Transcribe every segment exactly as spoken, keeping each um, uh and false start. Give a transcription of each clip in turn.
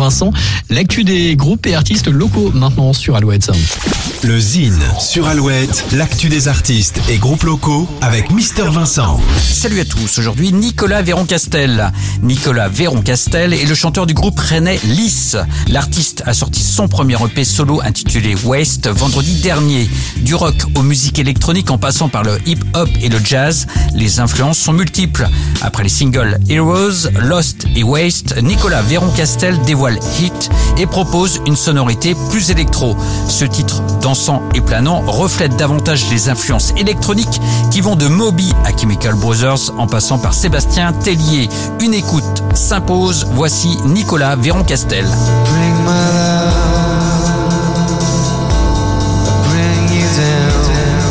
Vincent. L'actu des groupes et artistes locaux maintenant sur Alouette. Le Zine sur Alouette, l'actu des artistes et groupes locaux avec Mister Vincent. Salut à tous, aujourd'hui Nicolas Véron-Castel. Nicolas Véron-Castel est le chanteur du groupe rennais Lys. L'artiste a sorti son premier E P solo intitulé Waste vendredi dernier. Du rock aux musiques électroniques en passant par le hip-hop et le jazz, les influences sont multiples. Après les singles Heroes, Lost et Waste, Nicolas Véron-Castel dévoile Hit et propose une sonorité plus électro. Ce titre dansant et planant reflète davantage les influences électroniques qui vont de Moby à Chemical Brothers en passant par Sébastien Tellier. Une écoute s'impose, voici Nicolas Véron-Castel. Bring my love, I bring you down,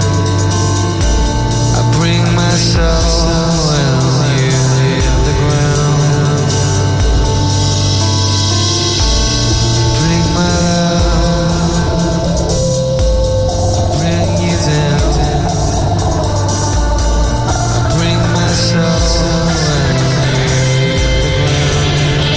I bring my soul when you leave the ground. Bring my love, I bring you down, I bring my soul when you leave the ground.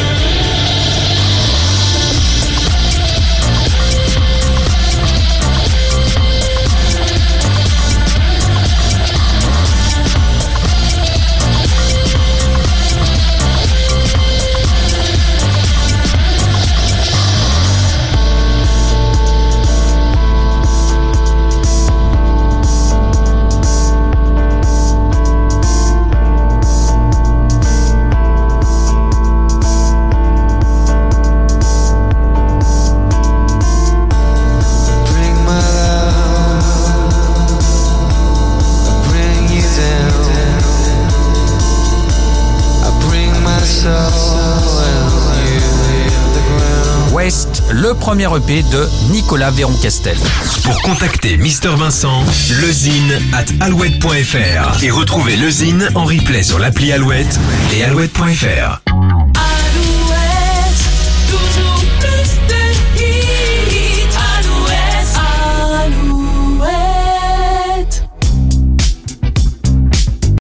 Waste, le premier E P de Nicolas Véron-Castel. Pour contacter Mister Vincent, lezine at alouette point fr et retrouver le Zine en replay sur l'appli Alouette et alouette point fr.